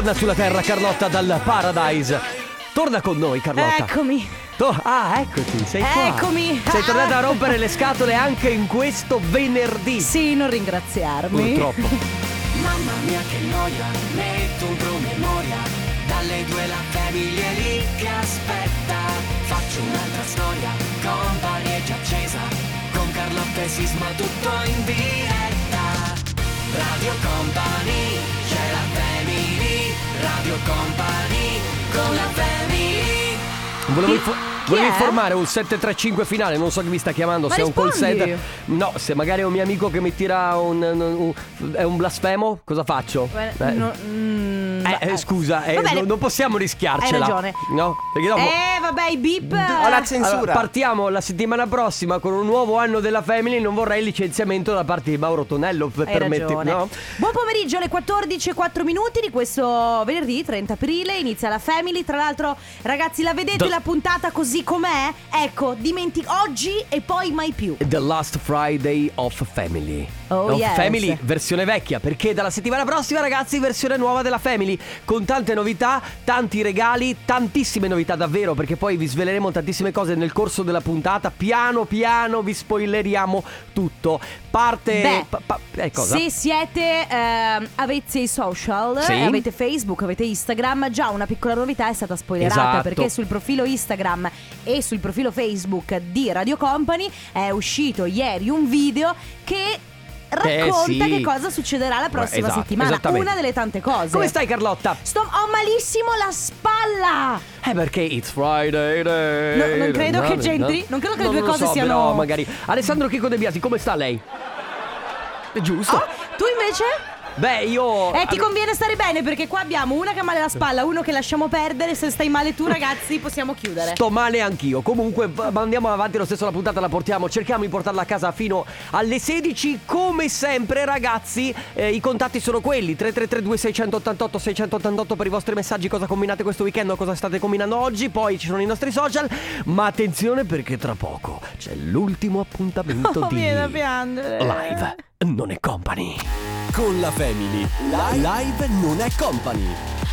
Torna sulla terra Carlotta dal Paradise. Torna con noi Carlotta. Eccomi. Eccoti, sei qua. Eccomi. Sei tornata a rompere le scatole anche in questo venerdì. Sì, non ringraziarmi. Purtroppo. Mamma mia che noia, metto un promemoria. Dalle 2 la famiglia è lì che aspetta. Faccio un'altra storia, Company è già accesa. Con Carlotta e Sisma tutto in diretta. Radio Company, c'è la family. Radio Company, con la family. Volevo informare un 735 finale, non so chi mi sta chiamando, Ma se è un call rispondi. center. No, se magari è un mio amico che mi tira è un blasfemo, cosa faccio? Scusa, non possiamo rischiarcela. Hai ragione. No? Perché dopo vabbè, i beep. Ho la censura. Allora, partiamo la settimana prossima con un nuovo anno della Family. Non vorrei il licenziamento da parte di Mauro Tonello. Hai ragione. No? Buon pomeriggio, alle 14:04 di questo venerdì 30 aprile. Inizia la Family. Tra l'altro, ragazzi, la vedete la puntata così com'è? Ecco, oggi e poi mai più. The Last Friday of Family. Oh, yes. Family, versione vecchia, perché dalla settimana prossima, ragazzi, versione nuova della Family, con tante novità, tanti regali, tantissime novità davvero, perché poi vi sveleremo tantissime cose nel corso della puntata. Piano piano vi spoileriamo tutto. Parte cosa? Se siete avete i social, Sì. avete Facebook, avete Instagram, già una piccola novità è stata spoilerata, Esatto. perché sul profilo Instagram e sul profilo Facebook di Radio Company è uscito ieri un video che racconta sì. che cosa succederà la prossima Esatto, settimana. esattamente. Una delle tante cose. Come stai Carlotta? Ho malissimo la spalla. Perché it's Friday day. Non credo che c'entri. Non credo che le due cose siano. Però magari. Alessandro Chico De Biasi, come sta lei? È giusto. Tu invece? Beh, io Ti conviene stare bene, perché qua abbiamo una che ha male alla spalla, uno che lasciamo perdere. Se stai male tu, ragazzi, possiamo chiudere. sto male anch'io. Comunque andiamo avanti lo stesso, la puntata la portiamo. Cerchiamo di portarla a casa fino alle 16. Come sempre, ragazzi, i contatti sono quelli: 3332 688 688 per i vostri messaggi. Cosa combinate questo weekend o cosa state combinando oggi. Poi ci sono i nostri social. Ma attenzione, perché tra poco c'è l'ultimo appuntamento di viene da piangere. Live non è Company. Con la Family. Live non è Company.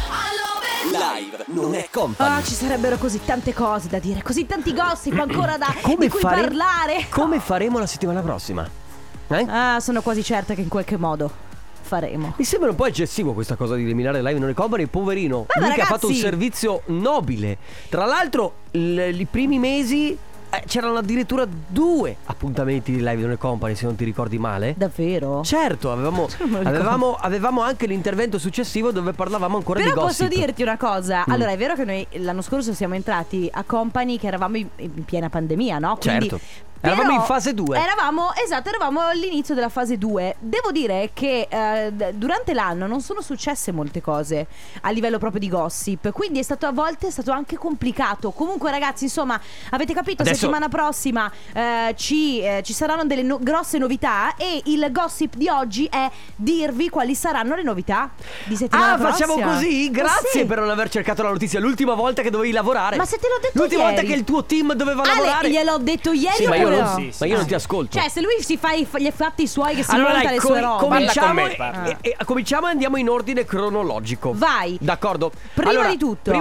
Live non è Company. Ci sarebbero così tante cose da dire, così tanti gossip ancora di cui parlare. Come faremo la settimana prossima? Sono quasi certa che in qualche modo faremo. Mi sembra un po' eccessivo questa cosa di eliminare Live non è Company. Poverino, Ma lui che ha ragazzi, fatto un servizio nobile. Tra l'altro i primi mesi c'erano addirittura 2 appuntamenti di Live non è Company, se non ti ricordi male. Davvero? Certo, avevamo anche l'intervento successivo dove parlavamo ancora di Però gossip. posso dirti una cosa. Allora, è vero che noi l'anno scorso siamo entrati a Company che eravamo in piena pandemia, no? Quindi, Certo. Eravamo in fase 2. Eravamo all'inizio della fase 2. Devo dire che durante l'anno non sono successe molte cose a livello proprio di gossip, quindi a volte è stato anche complicato. Comunque, ragazzi, insomma, avete capito, Adesso... settimana prossima ci saranno delle grosse novità, e il gossip di oggi è dirvi quali saranno le novità di settimana prossima. Facciamo così? Grazie Sì. per non aver cercato la notizia l'ultima volta che dovevi lavorare. Ma se te l'ho detto l'ultima ieri. volta che il tuo team doveva lavorare. gliel'ho detto ieri. Sì, ma io oppure non, no? ma io non ti ascolto. Cioè, se lui si fa gli fatti suoi, che si Allora monta dai, le sue robe. cominciamo, Parla con me, parla. cominciamo e andiamo in ordine cronologico. Vai. D'accordo. Prima di tutto,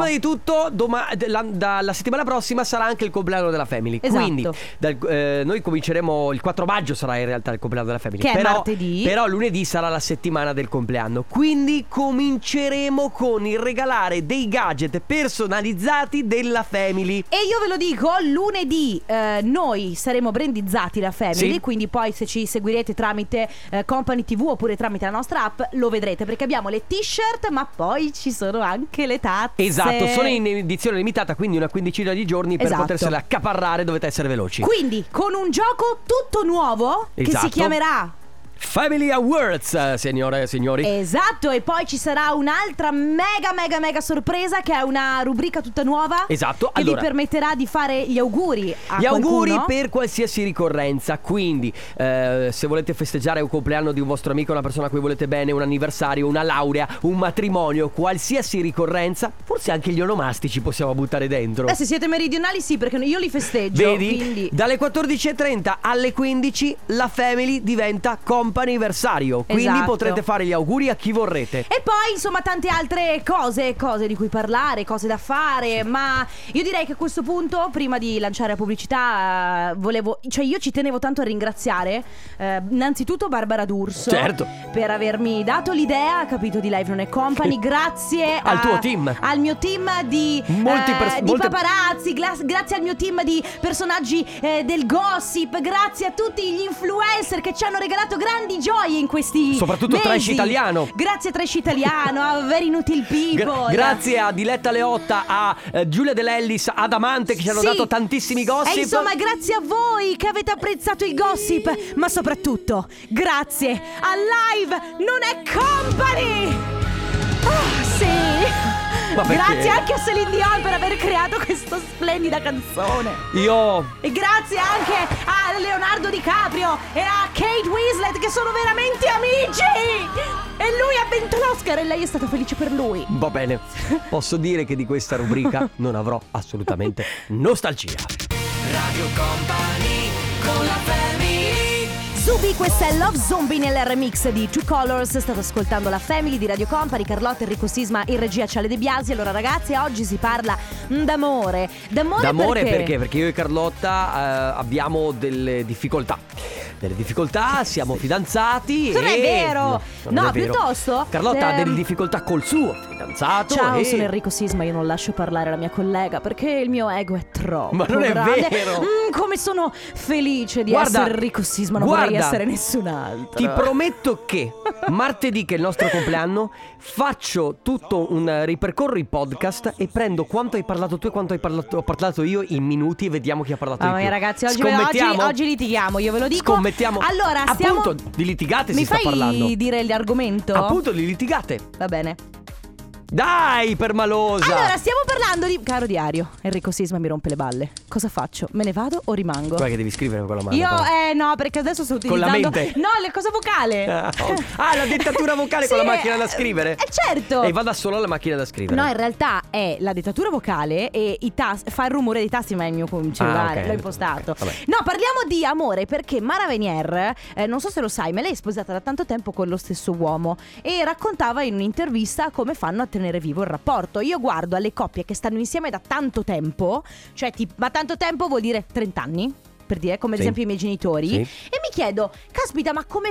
dalla settimana prossima sarà anche il compleanno della Family. Esatto. Quindi noi cominceremo il 4 maggio, sarà in realtà il compleanno della Family, che è martedì. Però lunedì sarà la settimana del compleanno. Quindi cominceremo con il regalare dei gadget personalizzati della Family. E io ve lo dico, lunedì noi saremo brandizzati la Family, Sì. quindi poi se ci seguirete tramite Company TV oppure tramite la nostra app lo vedrete, perché abbiamo le t-shirt, ma poi ci sono anche le tazze. Esatto, sono in edizione limitata, quindi una quindicina di giorni. Per Esatto. potersela accaparrare dovete essere veloci. Quindi con un gioco tutto nuovo che Esatto. si chiamerà Family Awards, signore e signori. Esatto, e poi ci sarà un'altra mega sorpresa, che è una rubrica tutta nuova. Esatto, che allora vi permetterà di fare gli auguri a gli auguri qualcuno. per qualsiasi ricorrenza. Quindi se volete festeggiare un compleanno di un vostro amico, una persona a cui volete bene, un anniversario, una laurea, un matrimonio, qualsiasi ricorrenza, forse anche gli onomastici possiamo buttare dentro. Se siete meridionali sì, perché io li festeggio. Vedi? Quindi Dalle 14:30 alle 15 la Family diventa Company comp'anniversario. Quindi Esatto. potrete fare gli auguri a chi vorrete. E poi insomma tante altre cose di cui parlare, cose da fare. Ma io direi che a questo punto, prima di lanciare la pubblicità, io ci tenevo tanto a ringraziare innanzitutto Barbara D'Urso, Certo. per avermi dato l'idea, capito, di Live Non È Company. Grazie Al tuo team. al mio team di paparazzi, grazie al mio team di personaggi del gossip, grazie a tutti gli influencer che ci hanno regalato grandi gioie in questi Soprattutto mesi. Trash Italiano. Grazie a Trash Italiano, a Very Nutil People. Grazie a Diletta Leotta, a Giulia Dell'Ellis, ad Amante, che ci hanno Sì. dato tantissimi gossip. E insomma grazie a voi che avete apprezzato il gossip, ma soprattutto grazie a Live Non È Company. Sì. Ma perché? Grazie anche a Celine Dion per aver creato questa splendida canzone. E grazie anche a Leonardo DiCaprio e a Kate Winslet, che sono veramente amici. E lui ha vinto l'Oscar e lei è stata felice per lui. Va bene. Posso dire che di questa rubrica non avrò assolutamente nostalgia. Radio Company con la family. Zubi, questa è Love Zombie nel remix di Two Colors. State ascoltando la Family di Radio Company. Carlotta, Enrico Sisma, in regia Ciale De Biasi. Allora ragazzi, oggi si parla d'amore. D'amore perché? Perché io e Carlotta abbiamo delle difficoltà. Siamo fidanzati. Non è vero. Non No, è vero. piuttosto Carlotta ha delle difficoltà col suo fidanzato. Ciao, e... sono Enrico Sisma. Io non lascio parlare la mia collega perché il mio ego è troppo Ma non è grande. vero. Come sono felice di Guarda, essere Enrico Sisma. Non vorrei essere nessun altro. Ti prometto che martedì, che è il nostro compleanno, faccio tutto ripercorro i podcast e prendo quanto hai parlato tu e quanto ho parlato io in minuti e vediamo chi ha parlato di più. Ragazzi, Scommettiamo? oggi litighiamo, io ve lo dico. Scommettiamo. Allora, stiamo... Appunto, di litigate si sta parlando. Mi fai dire l'argomento? Appunto, di litigate. Va bene. Dai, permalosa. Allora, stiamo parlando di... Caro diario, Enrico Sisma mi rompe le balle. Cosa faccio? Me ne vado o rimango? Guarda che devi scrivere con la mano. Io, però. no, perché adesso sto Con la utilizzando... mente? No, la cosa vocale. La dettatura vocale Sì, con la macchina da scrivere? Certo. E va da solo alla macchina da scrivere. No, in realtà è la dettatura vocale e i tasti, fa il rumore dei tasti, ma è il mio cellulare, ok. l'ho impostato. Vabbè. No, parliamo di amore perché Mara Venier, non so se lo sai, ma lei è sposata da tanto tempo con lo stesso uomo e raccontava in un'intervista come fanno a tenere vivo il rapporto. Io guardo alle coppie che stanno insieme da tanto tempo, cioè ma tanto tempo vuol dire 30 anni, per dire, come ad esempio i miei genitori, Sì. e mi chiedo, caspita, ma come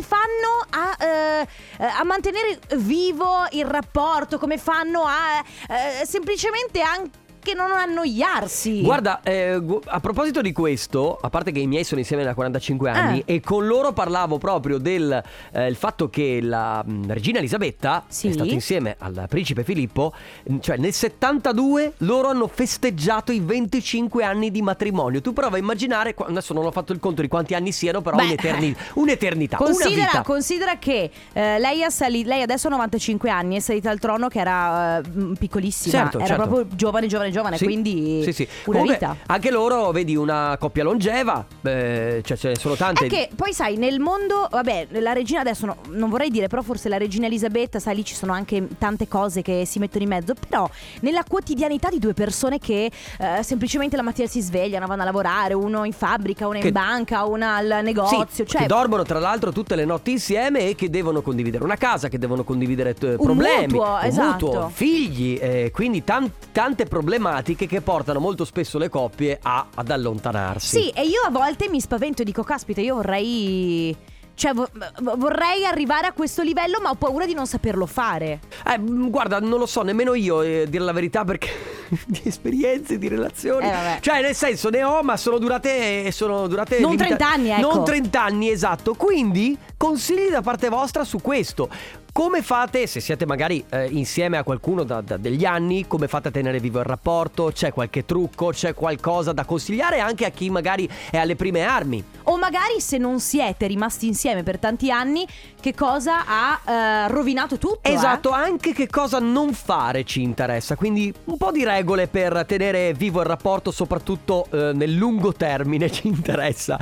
fanno a mantenere vivo il rapporto? Come fanno a semplicemente anche non annoiarsi? Guarda, a proposito di questo, a parte che i miei sono insieme da 45 anni e con loro parlavo proprio del il fatto che la regina Elisabetta Sì. è stata insieme al principe Filippo, cioè nel 72 loro hanno festeggiato i 25 anni di matrimonio. Tu prova a immaginare, adesso non ho fatto il conto di quanti anni siano, però un'eternità, una vita. Considera che lei adesso ha 95 anni, è salita al trono che era piccolissima, Certo, era certo. proprio giovane, Sì, quindi sì. una Comunque, vita. anche loro, vedi, una coppia longeva, cioè ce ne sono tante. È che poi sai, nel mondo, vabbè, la regina adesso non vorrei dire, però forse la regina Elisabetta, sai, lì ci sono anche tante cose che si mettono in mezzo, però nella quotidianità di due persone che semplicemente la mattina si svegliano, vanno a lavorare, uno in fabbrica, una in banca, una al negozio, Sì, cioè che dormono tra l'altro tutte le notti insieme e che devono condividere una casa, che devono condividere problemi, mutuo, esatto. figli, quindi tante problematiche che portano molto spesso le coppie ad allontanarsi. Sì, e io a volte mi spavento e dico, caspita, io vorrei... Cioè vorrei arrivare a questo livello, ma ho paura di non saperlo fare. Guarda, non lo so nemmeno io, dire la verità, perché di esperienze, di relazioni, vabbè. cioè nel senso ne ho, ma sono durate Non 30 anni, ecco. Non 30 anni, esatto. Quindi consigli da parte vostra su questo. Come fate, se siete magari insieme a qualcuno da degli anni, come fate a tenere vivo il rapporto? C'è qualche trucco, c'è qualcosa da consigliare anche a chi magari è alle prime armi? O magari se non siete rimasti insieme per tanti anni, che cosa ha rovinato tutto? Esatto, anche che cosa non fare ci interessa. Quindi un po' di regole per tenere vivo il rapporto, soprattutto nel lungo termine, ci interessa.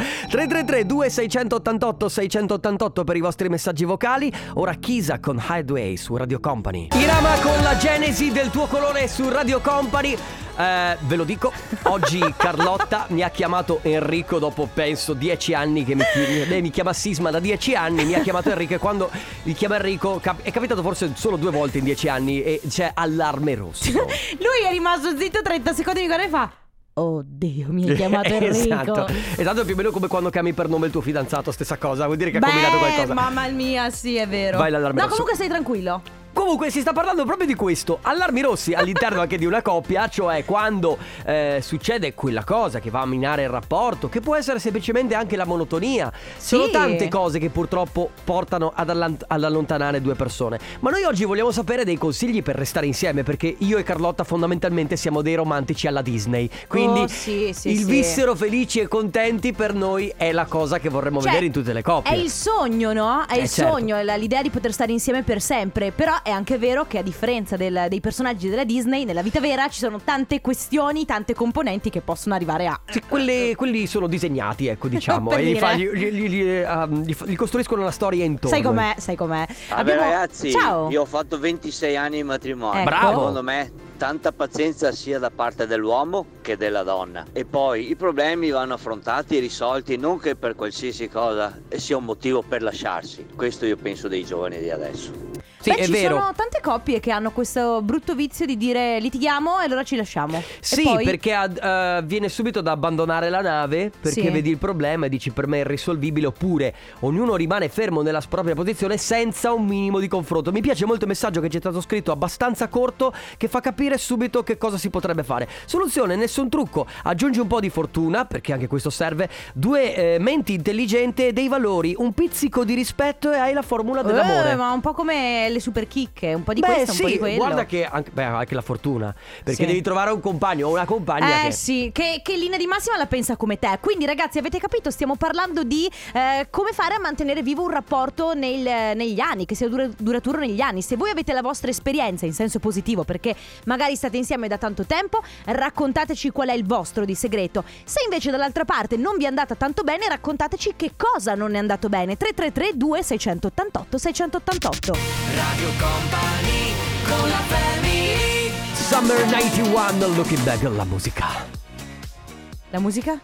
333-2688-688 per i vostri messaggi vocali. Ora Kisa con Hideaway su Radio Company. Irama con la genesi del tuo colore su Radio Company. Ve lo dico, oggi Carlotta mi ha chiamato Enrico dopo penso 10 anni che lei mi chiama Sisma da 10 anni, mi ha chiamato Enrico, e quando mi chiama Enrico è capitato forse solo 2 volte in 10 anni e c'è allarme rosso. Lui è rimasto zitto 30 secondi, mi guarda e fa: oddio, mi hai chiamato Enrico. Esatto, più o meno come quando chiami per nome il tuo fidanzato, stessa cosa, vuol dire che ha combinato qualcosa. Mamma mia, sì, è vero. Vai l'allarme rosso. Comunque stai tranquillo. Comunque si sta parlando proprio di questo, allarmi rossi all'interno anche di una coppia, cioè quando succede quella cosa che va a minare il rapporto, che può essere semplicemente anche la monotonia. Sì. Sono tante cose che purtroppo portano ad allontanare 2 persone. Ma noi oggi vogliamo sapere dei consigli per restare insieme, perché io e Carlotta fondamentalmente siamo dei romantici alla Disney. Quindi vissero felici e contenti per noi è la cosa che vorremmo vedere in tutte le coppie. È il sogno, no? È il certo. sogno, è l'idea di poter stare insieme per sempre. Però è anche vero che a differenza dei personaggi della Disney, nella vita vera ci sono tante questioni, tante componenti che possono arrivare a... Sì, quelli sono disegnati, ecco, diciamo. Per E dire. gli costruiscono la storia intorno. Sai com'è. Vabbè ragazzi, Ciao. io ho fatto 26 anni di matrimonio. Ecco. Bravo. Secondo me tanta pazienza sia da parte dell'uomo che della donna. E poi i problemi vanno affrontati e risolti, non che per qualsiasi cosa sia un motivo per lasciarsi. Questo io penso dei giovani di adesso. Sì, è ci vero. sono tante coppie che hanno questo brutto vizio di dire litighiamo e allora ci lasciamo. Sì, e poi... perché viene subito da abbandonare la nave, perché Sì. vedi il problema e dici per me è irrisolvibile, oppure ognuno rimane fermo nella propria posizione senza un minimo di confronto. Mi piace molto il messaggio che ci è stato scritto, abbastanza corto, che fa capire subito che cosa si potrebbe fare. Soluzione, nessun trucco, aggiungi un po' di fortuna, perché anche questo serve, 2 menti intelligenti e dei valori, un pizzico di rispetto e hai la formula dell'amore. Ma un po' come le super chicche, un po' di Beh, questo, sì, un po' di quello. guarda che anche la fortuna, perché Sì. devi trovare un compagno o una compagna che... sì, che in linea di massima la pensa come te. Quindi ragazzi, avete capito, stiamo parlando di come fare a mantenere vivo un rapporto negli anni, che sia duraturo negli anni. Se voi avete la vostra esperienza in senso positivo, perché magari state insieme da tanto tempo, raccontateci qual è il vostro di segreto. Se invece dall'altra parte non vi è andata tanto bene, raccontateci che cosa non è andato bene. 333 2688 688. Radio Company con la family. Summer 91, Looking Back, la musica. La musica?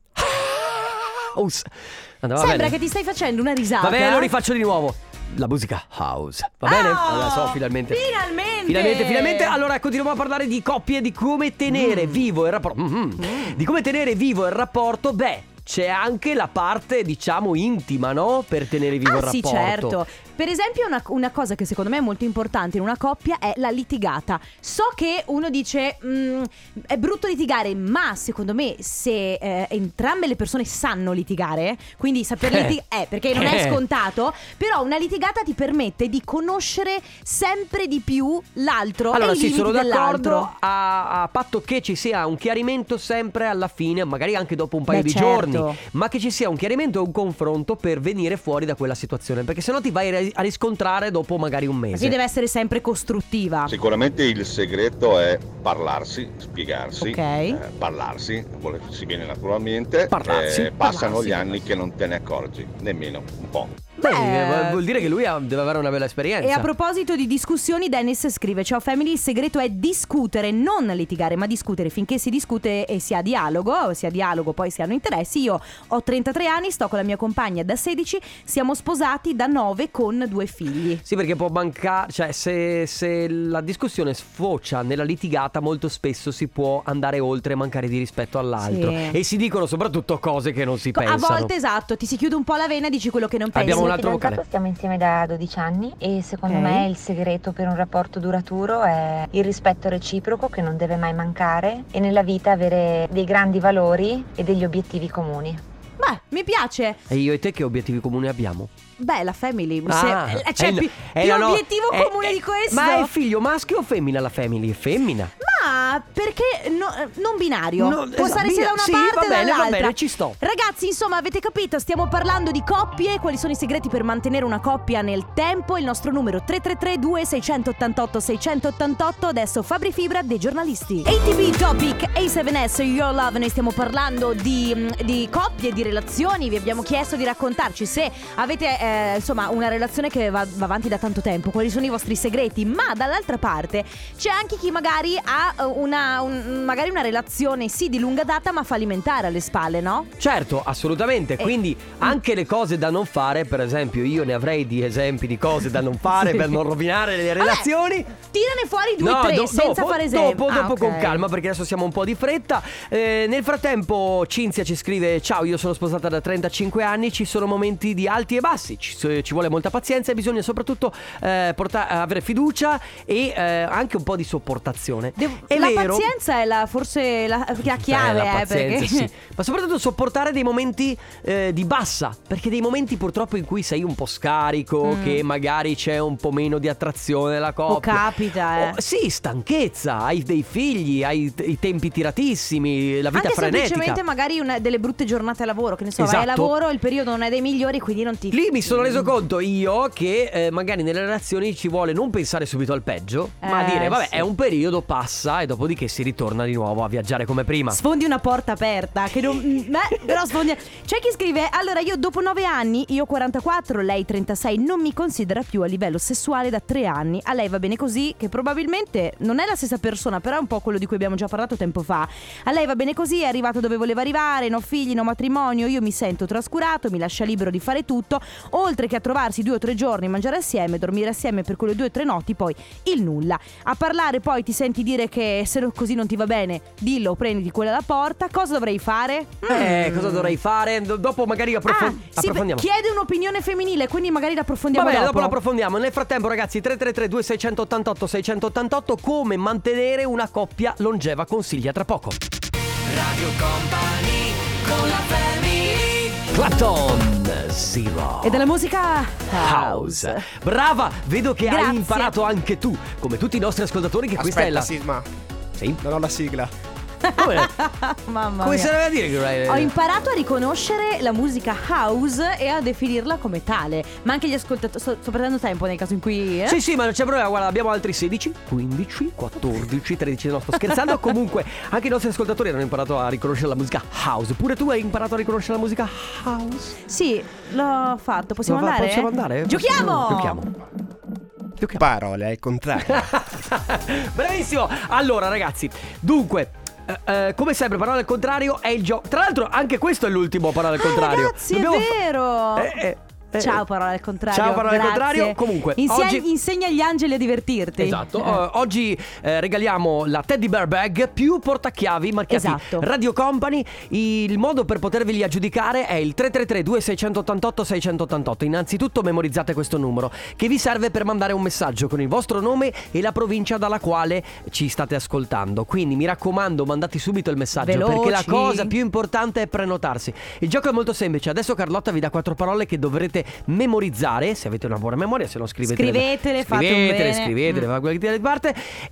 House. Andava Sembra bene. che ti stai facendo una risata. Va bene, lo rifaccio di nuovo. La musica house. Va bene? Allora, so, finalmente. Finalmente. Allora, continuiamo a parlare di coppie, di come tenere vivo il rapporto. Di come tenere vivo il rapporto. Beh, c'è anche la parte, diciamo, intima, no? Per tenere vivo il rapporto. Sì, certo. Per esempio una cosa che secondo me è molto importante in una coppia è la litigata. So che uno dice è brutto litigare, ma secondo me se entrambe le persone sanno litigare, quindi saper litigare perché non è scontato, però una litigata ti permette di conoscere sempre di più l'altro. Allora e i sì, limiti sono d'accordo, dell'altro. a patto che ci sia un chiarimento sempre alla fine, magari anche dopo un paio Beh, di certo. giorni, ma che ci sia un chiarimento e un confronto per venire fuori da quella situazione, perché sennò ti vai a riscontrare dopo magari un mese. Perché deve essere sempre costruttiva. Sicuramente il segreto è parlarsi, spiegarsi, Ok. parlarsi, volersi bene naturalmente. Parlarsi, Passano gli anni che non te ne accorgi, nemmeno un po'. Beh, vuol dire che lui deve avere una bella esperienza. E a proposito di discussioni, Dennis scrive: ciao family, il segreto è discutere, non litigare, ma discutere. Finché si discute e si ha dialogo, poi si hanno interessi. Io ho 33 anni, sto con la mia compagna da 16, siamo sposati da 9 con 2 figli. Sì, perché può mancare, cioè se la discussione sfocia nella litigata, molto spesso si può andare oltre e mancare di rispetto all'altro. Sì. E si dicono soprattutto cose che non si A pensano. volte, esatto, ti si chiude un po' la vena e dici quello che non pensi. Abbiamo un Io e altro il fidanzato vocale. stiamo insieme da 12 anni e secondo Ok. me il segreto per un rapporto duraturo è il rispetto reciproco che non deve mai mancare e nella vita avere dei grandi valori e degli obiettivi comuni. Beh, mi piace. E io e te che obiettivi comuni abbiamo? Beh, la family. è C'è più obiettivo comune di questo. Ma è figlio maschio o femmina la family? È femmina. Ma perché non binario? No, Può esatto, stare sia da una sì, parte va o bene, dall'altra. va bene, ci sto. Ragazzi, insomma, avete capito? Stiamo parlando di coppie. Quali sono i segreti per mantenere una coppia nel tempo? Il nostro numero 333 688 688. Adesso Fabri Fibra dei giornalisti. ATB Topic A7S Your Love. Noi stiamo parlando di coppie, di relazioni. Vi abbiamo chiesto di raccontarci se avete insomma una relazione che va avanti da tanto tempo, quali sono i vostri segreti. Ma dall'altra parte c'è anche chi magari ha magari una relazione sì di lunga data ma fallimentare alle spalle, no? Certo, assolutamente. Quindi anche le cose da non fare, per esempio, io ne avrei di esempi di cose da non fare per non rovinare le relazioni. Tirane fuori 2 o 3 senza fare esempi. Dopo ok. con calma, perché adesso siamo un po' di fretta. Nel frattempo Cinzia ci scrive: ciao, io sono sposata da 35 anni, ci sono momenti di alti e bassi, ci vuole molta pazienza e bisogna soprattutto avere fiducia e anche un po' di sopportazione. La pazienza è forse la chiave, la pazienza, perché sì. Ma soprattutto sopportare dei momenti di bassa, perché dei momenti purtroppo in cui sei un po' scarico, che magari c'è un po' meno di attrazione nella coppia. O capita, sì, stanchezza, hai dei figli, hai i tempi tiratissimi, la vita anche frenetica. semplicemente magari delle brutte giornate a lavoro, che ne so, Esatto. vai a lavoro, il periodo non è dei migliori, quindi non ti... Lì mi sono reso conto io che magari nelle relazioni ci vuole non pensare subito al peggio, ma dire vabbè, sì. è un periodo, passa e dopodiché si ritorna di nuovo a viaggiare come prima. Sfondi una porta aperta che non... però sfondi... C'è chi scrive: allora io dopo 9 anni, io 44, lei 36, non mi considera più a livello sessuale da 3 anni. A lei va bene così, che probabilmente non è la stessa persona, però è un po' quello di cui abbiamo già parlato tempo fa. A lei va bene così, è arrivato dove voleva arrivare, no figli, no matrimonio, io mi sento trascurato, mi lascia libero di fare tutto, oltre che a trovarsi 2 o 3 giorni, mangiare assieme, dormire assieme per quelle 2 o 3 notti, poi il nulla. A parlare poi ti senti dire che se così non ti va bene, dillo, prenditi quella alla porta. Cosa dovrei fare? Cosa dovrei fare? Dopo magari approfondiamo. Chiede un'opinione femminile, quindi magari l'approfondiamo dopo l'approfondiamo. Nel frattempo, ragazzi, 333 2688 688, come mantenere una coppia longeva, consiglia tra poco. Radio Company con la family. Clapton, Zero. E della musica House. Brava, vedo che Grazie. hai imparato anche tu, come tutti i nostri ascoltatori, che questa è la... Sisma, Sì? non ho la sigla. Mamma Come mia. sarebbe a dire che Ho imparato a riconoscere la musica house e a definirla come tale. Ma anche gli ascoltatori. Sto perdendo tempo nel caso in cui Sì, ma non c'è problema, guarda, abbiamo altri 16, 15, 14, 13, no, sto scherzando. Comunque, anche i nostri ascoltatori hanno imparato a riconoscere la musica house. Pure tu hai imparato a riconoscere la musica house? Sì, l'ho fatto. Possiamo andare? Possiamo andare? Giochiamo! Giochiamo. Parole al contrario. Bravissimo. Allora, ragazzi, dunque, come sempre, parola al contrario è il gioco. Tra l'altro, anche questo è l'ultimo parola al contrario. Ragazzi, è vero. Ciao parola al contrario. Ciao parola al Grazie. contrario. Comunque oggi... insegna agli angeli a divertirti. Esatto. Oggi regaliamo la Teddy Bear Bag più portachiavi marchiati Radio Company. Il modo per poterveli aggiudicare è il 333 2688 688. Innanzitutto memorizzate questo numero, che vi serve per mandare un messaggio con il vostro nome e la provincia dalla quale ci state ascoltando. Quindi mi raccomando, mandate subito il messaggio. Veloci. Perché la cosa più importante è prenotarsi. Il gioco è molto semplice. Adesso Carlotta vi dà 4 parole che dovrete memorizzare, se avete una buona memoria, se no scrivetele, fate un bene. scrivetele, fa quello che tirate di parte.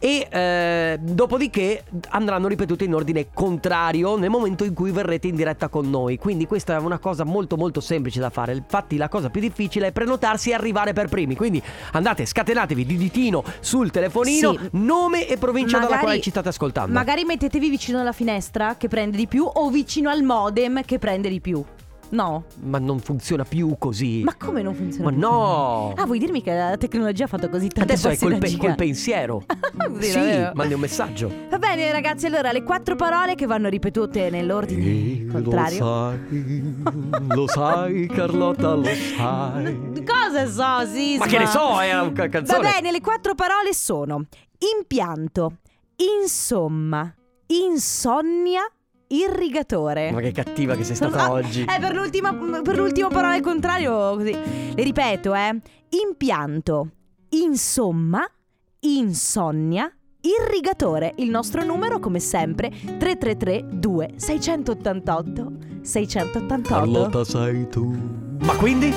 E dopodiché andranno ripetute in ordine contrario nel momento in cui verrete in diretta con noi. Quindi questa è una cosa molto molto semplice da fare. Infatti la cosa più difficile è prenotarsi e arrivare per primi. Quindi andate, scatenatevi di ditino sul telefonino, nome e provincia dalla quale ci state ascoltando. Magari mettetevi vicino alla finestra che prende di più, o vicino al modem che prende di più. No. Ma non funziona più così. Ma come non funziona? Ma no. Ah, vuoi dirmi che la tecnologia ha fatto così tanti adesso è passi da col gigante? pensiero. Sì, Sì, davvero. mandi un messaggio. Va bene ragazzi, allora le 4 parole che vanno ripetute nell'ordine contrario. Lo sai Carlotta, lo sai. Cosa so, Sisma? Ma che ne so, è una canzone. Va bene, le 4 parole sono impianto, insomma, insonnia, irrigatore. Ma che cattiva che sei stata oggi. Per l'ultimo parola al contrario, così. Le ripeto, impianto, insomma, insonnia, irrigatore. Il nostro numero, come sempre, 333 2688 688. Carlotta sei tu. Ma quindi?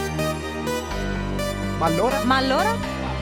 Ma allora?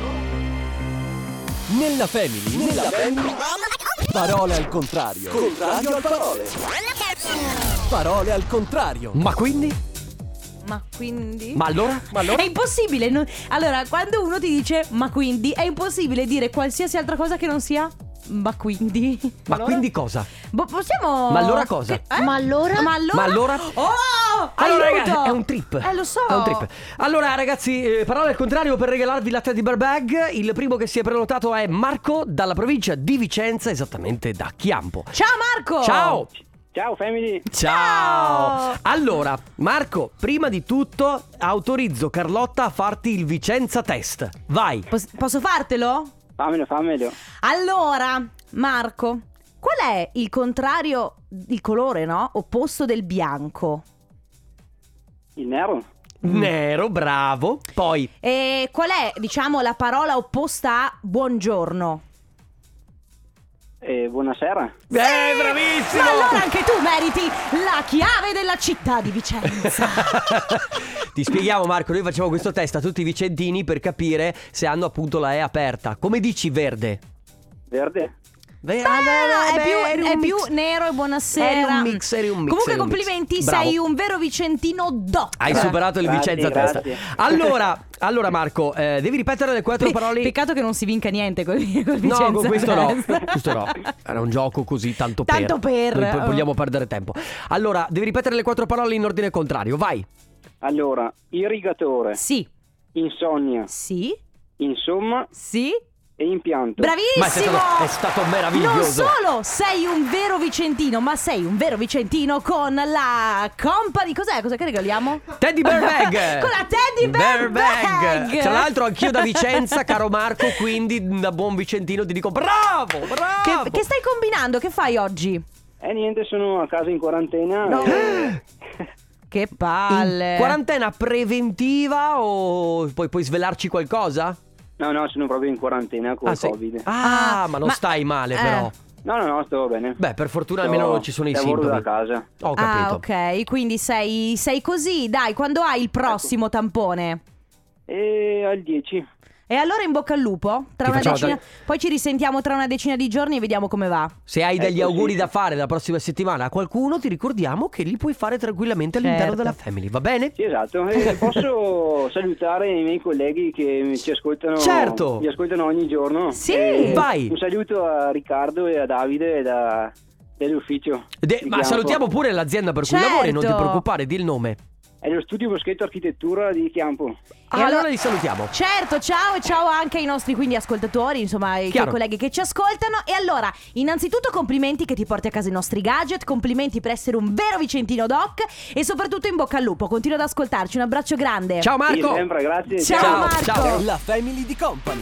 Nella family. Parole al contrario. Contrario al parole. Parole al contrario. Ma quindi? Ma quindi? Ma allora? È impossibile. Allora, quando uno ti dice ma quindi, è impossibile dire qualsiasi altra cosa che non sia ma quindi. Ma quindi cosa? Possiamo. Ma allora cosa? Ma allora? Ma allora? Oh, Allora, aiuto! ragazzi, è un trip. Lo so. È un trip. Allora, ragazzi, parole al contrario per regalarvi la Teddy Bear Bag. Il primo che si è prenotato è Marco dalla provincia di Vicenza, esattamente da Chiampo. Ciao Marco! Ciao! Ciao family. Ciao! Allora, Marco, prima di tutto autorizzo Carlotta a farti il Vicenza test. Vai! Posso fartelo? Fammelo. Allora, Marco, qual è il contrario, il colore, no? Opposto del bianco? Il nero. Nero, bravo. Poi E qual è, diciamo, la parola opposta a buongiorno? Buonasera. bravissimo! Ma allora anche tu meriti la chiave della città di Vicenza. Ti spieghiamo, Marco, noi facciamo questo test a tutti i vicentini per capire se hanno appunto la E aperta. Come dici verde? Verde. È più nero e buonasera. Eri un mix. Comunque complimenti, Bravo. sei un vero vicentino doc. Hai superato il Grazie, Vicenza grazie. test. Allora Marco, devi ripetere le 4 parole. Peccato che non si vinca niente col Vicenza. No, con questo no. test. Questo no. Era un gioco così tanto Tanto per. Noi vogliamo perdere tempo. Allora, devi ripetere le 4 parole in ordine contrario. Vai. Allora, irrigatore, Sì. insonnia, Sì. insomma Sì. e impianto. Bravissimo! Ma è stato meraviglioso. Non solo sei un vero vicentino, ma sei un vero vicentino con la company. Cos'è? Cos'è che regaliamo? Teddy Bear Bag. Con la Teddy Bear Bag. Tra l'altro anch'io da Vicenza, caro Marco, quindi da buon vicentino ti dico bravo. Che stai combinando? Che fai oggi? Niente, sono a casa in quarantena. No. Che palle. In quarantena preventiva o puoi svelarci qualcosa? No, sono proprio in quarantena con il sì. Covid. Ma non stai male però. No, sto bene. Beh, per fortuna almeno non ci sono i lavoro sintomi. da casa. Ho capito. Ok, quindi sei così. Dai, quando hai il prossimo tampone? E al 10. E allora in bocca al lupo. Tra Ti una facciamo decina. Poi ci risentiamo tra una decina di giorni e vediamo come va. Se hai degli Ecco, auguri sì. da fare la prossima settimana a qualcuno, ti ricordiamo che li puoi fare tranquillamente all'interno Certo. della family, va bene? Sì, esatto. E posso salutare i miei colleghi che ci ascoltano. Certo. Mi ascoltano ogni giorno. Sì. E Vai. Un saluto a Riccardo e a Davide dell'ufficio. Ma salutiamo pure l'azienda per cui Certo. lavori, non ti preoccupare, di il nome. È lo studio Boschetto Architettura di Chiampo. Allora li salutiamo. Certo, ciao e ciao anche ai nostri quindi ascoltatori, insomma ai tuoi Chiaro. colleghi che ci ascoltano. E allora, innanzitutto complimenti che ti porti a casa i nostri gadget, complimenti per essere un vero vicentino doc e soprattutto in bocca al lupo, continua ad ascoltarci, un abbraccio grande. Ciao Marco. Sì, sempre, grazie. Ciao, Marco. ciao. La family di Company.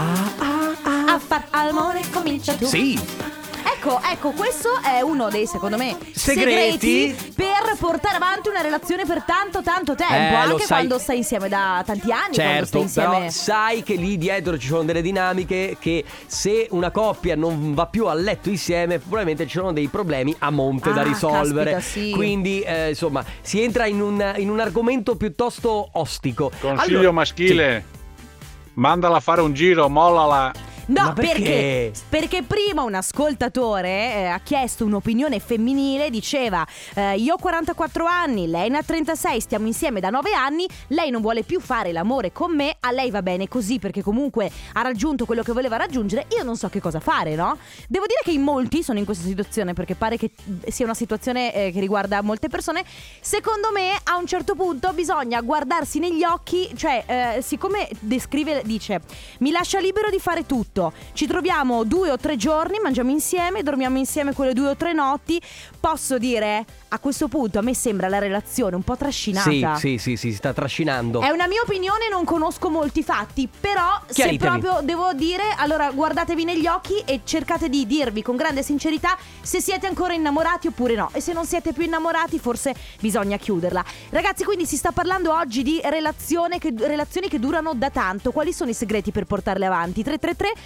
A far amore comincia tu. Sì. Ecco, questo è uno dei, secondo me, Segreti per portare avanti una relazione per tanto tempo, lo anche sai. quando stai insieme da tanti anni, quando Certo, stai insieme. però sai che lì dietro ci sono delle dinamiche che se una coppia non va più a letto insieme probabilmente ci sono dei problemi a monte da risolvere. caspita, sì. Quindi insomma si entra in un argomento piuttosto ostico. Consiglio Allora, maschile: mandala a fare un giro, mollala. No, Ma perché? Perché prima un ascoltatore ha chiesto un'opinione femminile, diceva io ho 44 anni, lei ne ha 36, stiamo insieme da 9 anni, lei non vuole più fare l'amore con me, a lei va bene così perché comunque ha raggiunto quello che voleva raggiungere, io non so che cosa fare, no? Devo dire che in molti sono in questa situazione perché pare che sia una situazione che riguarda molte persone. Secondo me a un certo punto bisogna guardarsi negli occhi, cioè siccome dice mi lascia libero di fare tutto, ci troviamo 2 o 3 giorni, mangiamo insieme, dormiamo insieme quelle 2 o 3 notti, posso dire a questo punto a me sembra la relazione un po' trascinata. Sì, si sta trascinando. È una mia opinione, non conosco molti fatti, però se Chiaritemi. proprio devo dire, allora guardatevi negli occhi e cercate di dirvi con grande sincerità se siete ancora innamorati oppure no, e se non siete più innamorati forse bisogna chiuderla. Ragazzi, quindi si sta parlando oggi di relazioni che durano da tanto. Quali sono i segreti per portarle avanti? 333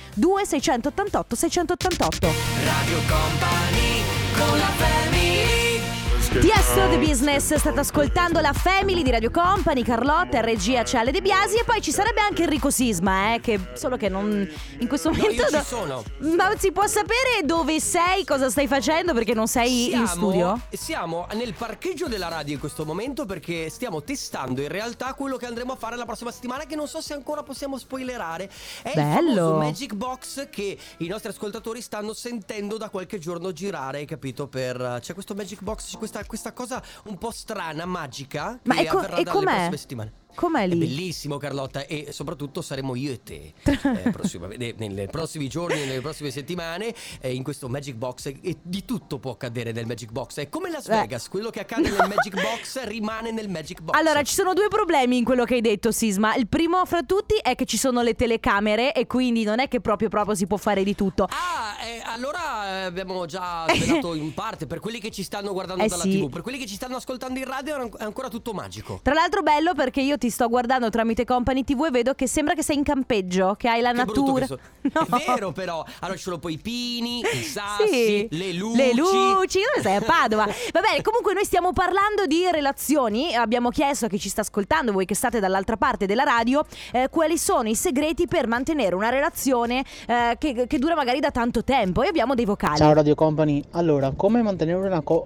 2688 688. Radio Company con la family. Tiesto The Business, state ascoltando la Family di Radio Company, Carlotta, regia c'è Ale De Biasi e poi ci sarebbe anche Enrico Sisma, che solo che non in questo momento io ci sono. Ma si può sapere dove sei, cosa stai facendo perché non sei in studio? Siamo nel parcheggio della radio in questo momento perché stiamo testando in realtà quello che andremo a fare la prossima settimana, che non so se ancora possiamo spoilerare. È il Bello. famoso Magic Box che i nostri ascoltatori stanno sentendo da qualche giorno girare, hai capito? C'è questo Magic Box, questa questa cosa un po' strana, magica, Ma che avverrà dalle prossime settimane. Com'è lì? È bellissimo, Carlotta, e soprattutto saremo io e te nei prossimi giorni, nelle prossime settimane, in questo Magic Box. E di tutto può accadere nel Magic Box. È come Las Vegas, quello che accade nel Magic Box rimane nel Magic Box. Allora, ci sono due problemi in quello che hai detto, Sisma. Il primo fra tutti è che ci sono le telecamere e quindi non è che proprio si può fare di tutto. Allora abbiamo già svelato in parte. Per quelli che ci stanno guardando dalla TV, per quelli che ci stanno ascoltando in radio, è ancora tutto magico. Tra l'altro bello perché io ti sto guardando tramite Company TV e vedo che sembra che sei in campeggio, che hai la natura. No. È vero, però. Allora ci sono poi i pini, i sassi, le luci. Dove sei? A Padova. Vabbè, comunque noi stiamo parlando di relazioni. Abbiamo chiesto a chi ci sta ascoltando, voi che state dall'altra parte della radio, quali sono i segreti per mantenere una relazione che dura magari da tanto tempo. E abbiamo dei vocali. Ciao Radio Company. Allora, come mantenere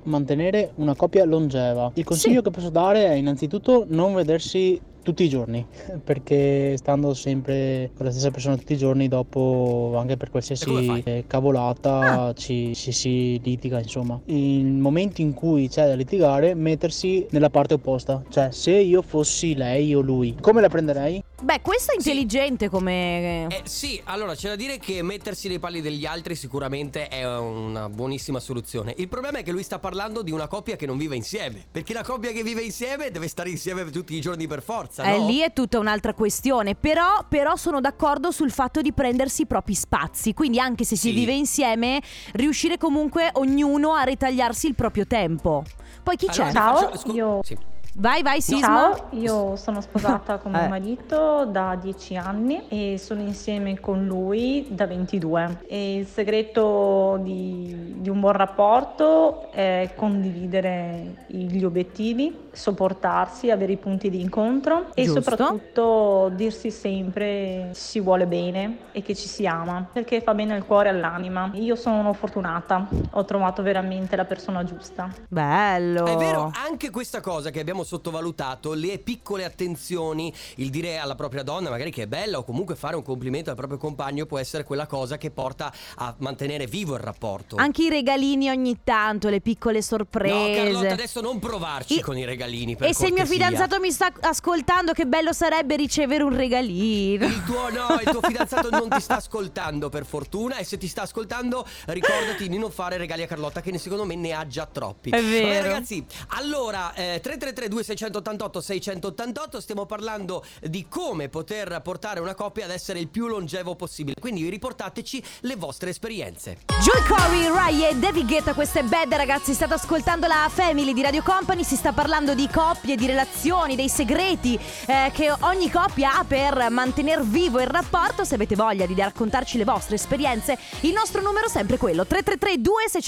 una coppia longeva? Il consiglio che posso dare è innanzitutto non vedersi tutti i giorni, perché stando sempre con la stessa persona tutti i giorni, dopo anche per qualsiasi cavolata ci si litiga, insomma. Il momento in cui c'è da litigare, mettersi nella parte opposta, cioè se io fossi lei o lui, come la prenderei? Beh, questo è intelligente come... Sì, allora c'è da dire che mettersi nei panni degli altri sicuramente è una buonissima soluzione. Il problema è che lui sta parlando di una coppia che non vive insieme, perché la coppia che vive insieme deve stare insieme tutti i giorni per forza. No? Lì è tutta un'altra questione. Però sono d'accordo sul fatto di prendersi i propri spazi. Quindi anche se si vive insieme, riuscire comunque ognuno a ritagliarsi il proprio tempo. Poi chi c'è? Ciao, io... Vai Sisma. Ciao, io sono sposata con mio marito da 10 anni e sono insieme con lui da 22. E il segreto di un buon rapporto è condividere gli obiettivi, sopportarsi, avere i punti di incontro e soprattutto dirsi sempre si vuole bene e che ci si ama, perché fa bene al cuore e all'anima. Io sono fortunata, ho trovato veramente la persona giusta. Bello. È vero, anche questa cosa che abbiamo sottovalutato, le piccole attenzioni, il dire alla propria donna magari che è bella o comunque fare un complimento al proprio compagno può essere quella cosa che porta a mantenere vivo il rapporto. Anche i regalini ogni tanto, le piccole sorprese. No, Carlotta, adesso non provarci con i regalini, per E se il mio fidanzato mi sta ascoltando, che bello sarebbe ricevere un regalino. Il tuo fidanzato non ti sta ascoltando, per fortuna, e se ti sta ascoltando ricordati di non fare regali a Carlotta, che secondo me ne ha già troppi. È vero. Vabbè, ragazzi, allora 333 2688 688, stiamo parlando di come poter portare una coppia ad essere il più longevo possibile. Quindi riportateci le vostre esperienze. Joel Corey, Rai e David Guetta, questa è Bad, ragazzi. State ascoltando la Family di Radio Company. Si sta parlando di coppie, di relazioni, dei segreti che ogni coppia ha per mantenere vivo il rapporto. Se avete voglia di raccontarci le vostre esperienze, il nostro numero è sempre quello: 333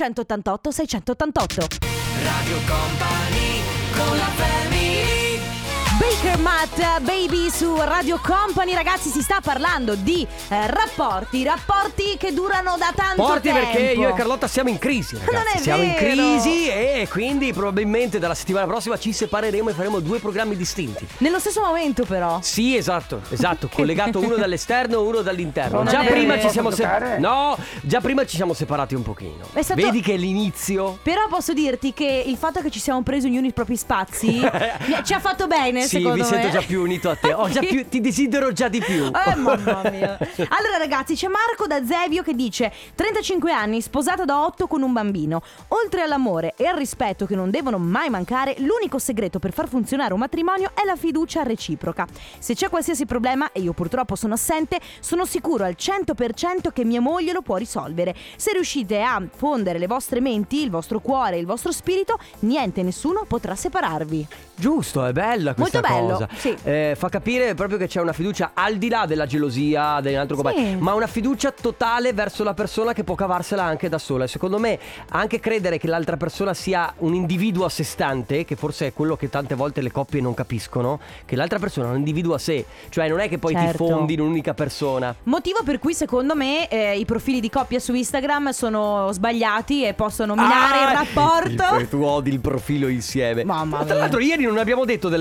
2688 688. Radio Company con la Family. Baker Matt, Baby su Radio Company. Ragazzi, si sta parlando di rapporti che durano da tanto tempo. Perché io e Carlotta siamo in crisi, ragazzi. Non è siamo vero. in crisi e quindi probabilmente dalla settimana prossima ci separeremo e faremo 2 programmi distinti. Nello stesso momento però. Sì, esatto, collegato uno dall'esterno, uno dall'interno. Non Già è prima vero. ci siamo già prima ci siamo separati un pochino. Vedi che è l'inizio. Però posso dirti che il fatto che ci siamo presi ognuno i propri spazi ci ha fatto bene. Sì, mi sento già più unito a te. Ti desidero già di più. Mamma mia. Allora ragazzi, c'è Marco da Zevio che dice: 35 anni, sposata da 8 con un bambino. Oltre all'amore e al rispetto che non devono mai mancare, l'unico segreto per far funzionare un matrimonio è la fiducia reciproca. Se c'è qualsiasi problema e io purtroppo sono assente, sono sicuro al 100% che mia moglie lo può risolvere. Se riuscite a fondere le vostre menti, il vostro cuore e il vostro spirito, niente e nessuno potrà separarvi. Giusto, è bella questa Molto bello, cosa. sì. Fa capire proprio che c'è una fiducia al di là della gelosia dell'altro compagno, ma una fiducia totale verso la persona che può cavarsela anche da sola. E secondo me anche credere che l'altra persona sia un individuo a sé stante, che forse è quello che tante volte le coppie non capiscono, che l'altra persona è un individuo a sé, cioè non è che poi ti fondi in un'unica persona. Motivo per cui secondo me i profili di coppia su Instagram sono sbagliati e possono minare il rapporto. Tu odi il profilo insieme. Mamma mia. Tra l'altro ieri non abbiamo detto delle cose che odi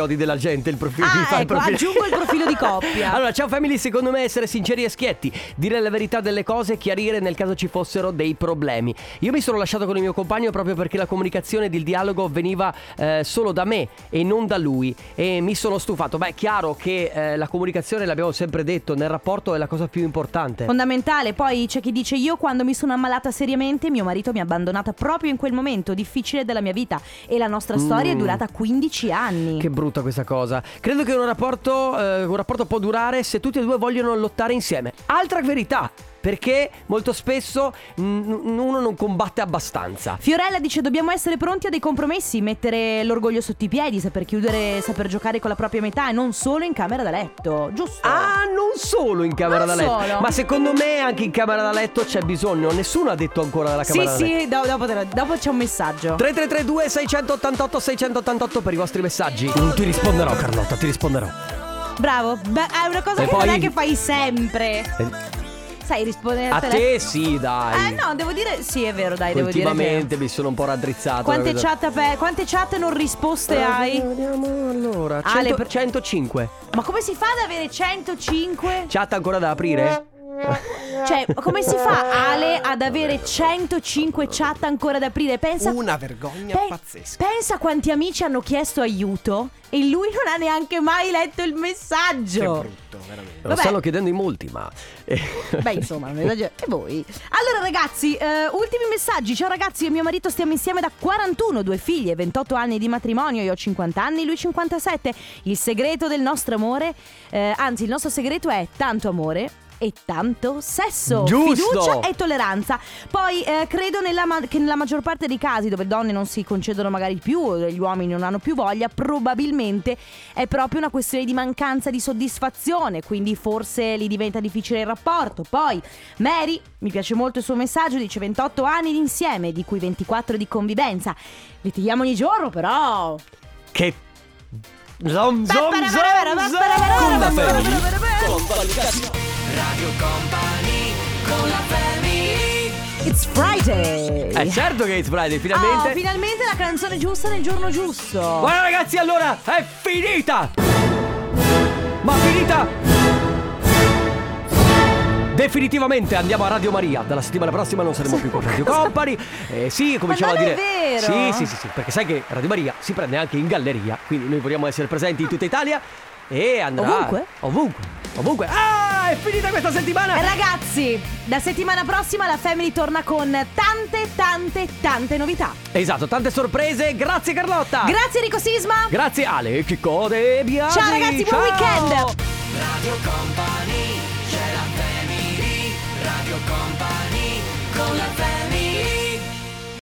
odi della gente il profilo. Ecco, aggiungo il profilo di coppia. Allora, ciao family, secondo me essere sinceri e schietti, dire la verità delle cose e chiarire nel caso ci fossero dei problemi. Io mi sono lasciato con il mio compagno proprio perché la comunicazione ed il dialogo veniva solo da me e non da lui, e mi sono stufato. Beh, è chiaro che la comunicazione, l'abbiamo sempre detto, nel rapporto è la cosa più importante, fondamentale. Poi c'è chi dice: io quando mi sono ammalata seriamente mio marito mi ha abbandonata proprio in quel momento difficile della mia vita e la nostra storia è durata 15 anni. Che brutta questa cosa. Credo che un rapporto può durare se tutti e due vogliono lottare insieme. Altra verità, perché molto spesso uno non combatte abbastanza. Fiorella dice: dobbiamo essere pronti a dei compromessi, mettere l'orgoglio sotto i piedi, saper chiudere, saper giocare con la propria metà e non solo in camera da letto, giusto? Ah, non solo in camera da letto solo. Ma secondo me anche in camera da letto c'è bisogno. Nessuno ha detto ancora della camera da letto. Dopo c'è un messaggio. 3332 688 688 per i vostri messaggi. Non ti risponderò, Carlotta, ti risponderò. Bravo. Beh, è una cosa E che poi- non è che fai sempre. Sai rispondere A al telefono. te sì, dai. No, devo dire, sì, è vero, dai, devo dire Ultimamente mi sono un po' raddrizzato. quante chat non risposte hai? Vediamo allora. Ale, 105. Ma come si fa ad avere 105? Chat ancora da aprire? Cioè, come si fa, Ale, ad avere 105 chat ancora da aprire? Pensa, Una vergogna pazzesca. pensa quanti amici hanno chiesto aiuto e lui non ha neanche mai letto il messaggio. Che brutto, veramente. Lo Vabbè. stanno chiedendo in molti, ma Beh, insomma, non esagero. E voi? Allora, ragazzi, ultimi messaggi. Ciao ragazzi, io e mio marito stiamo insieme da 41, 2 figlie, 28 anni di matrimonio. Io ho 50 anni, lui 57. Il segreto del nostro amore, anzi, il nostro segreto è tanto amore e tanto sesso, Giusto. fiducia e tolleranza. Poi credo che nella maggior parte dei casi dove le donne non si concedono magari più o gli uomini non hanno più voglia, probabilmente è proprio una questione di mancanza di soddisfazione, quindi forse gli diventa difficile il rapporto. Poi Mary, mi piace molto il suo messaggio, dice 28 anni insieme, di cui 24 di convivenza. Litighiamo ogni giorno, però che Con la family. Radio Company con la family. It's Friday. Certo che it's Friday, finalmente. Finalmente la canzone giusta nel giorno giusto. Guarda ragazzi, allora è finita. Ma finita definitivamente. Andiamo a Radio Maria. Dalla settimana prossima non saremo più con Radio Company. Sì, cominciamo a non dire. è vero? Sì, perché sai che Radio Maria si prende anche in galleria, quindi noi vogliamo essere presenti in tutta Italia. E andrà ovunque. Ah, è finita questa settimana. E ragazzi, da settimana prossima la Family torna con tante novità. Esatto, tante sorprese. Grazie Carlotta. Grazie Enrico Sisma. Grazie Ale, Chicco De Biasi. Ciao ragazzi, buon weekend. Radio Company.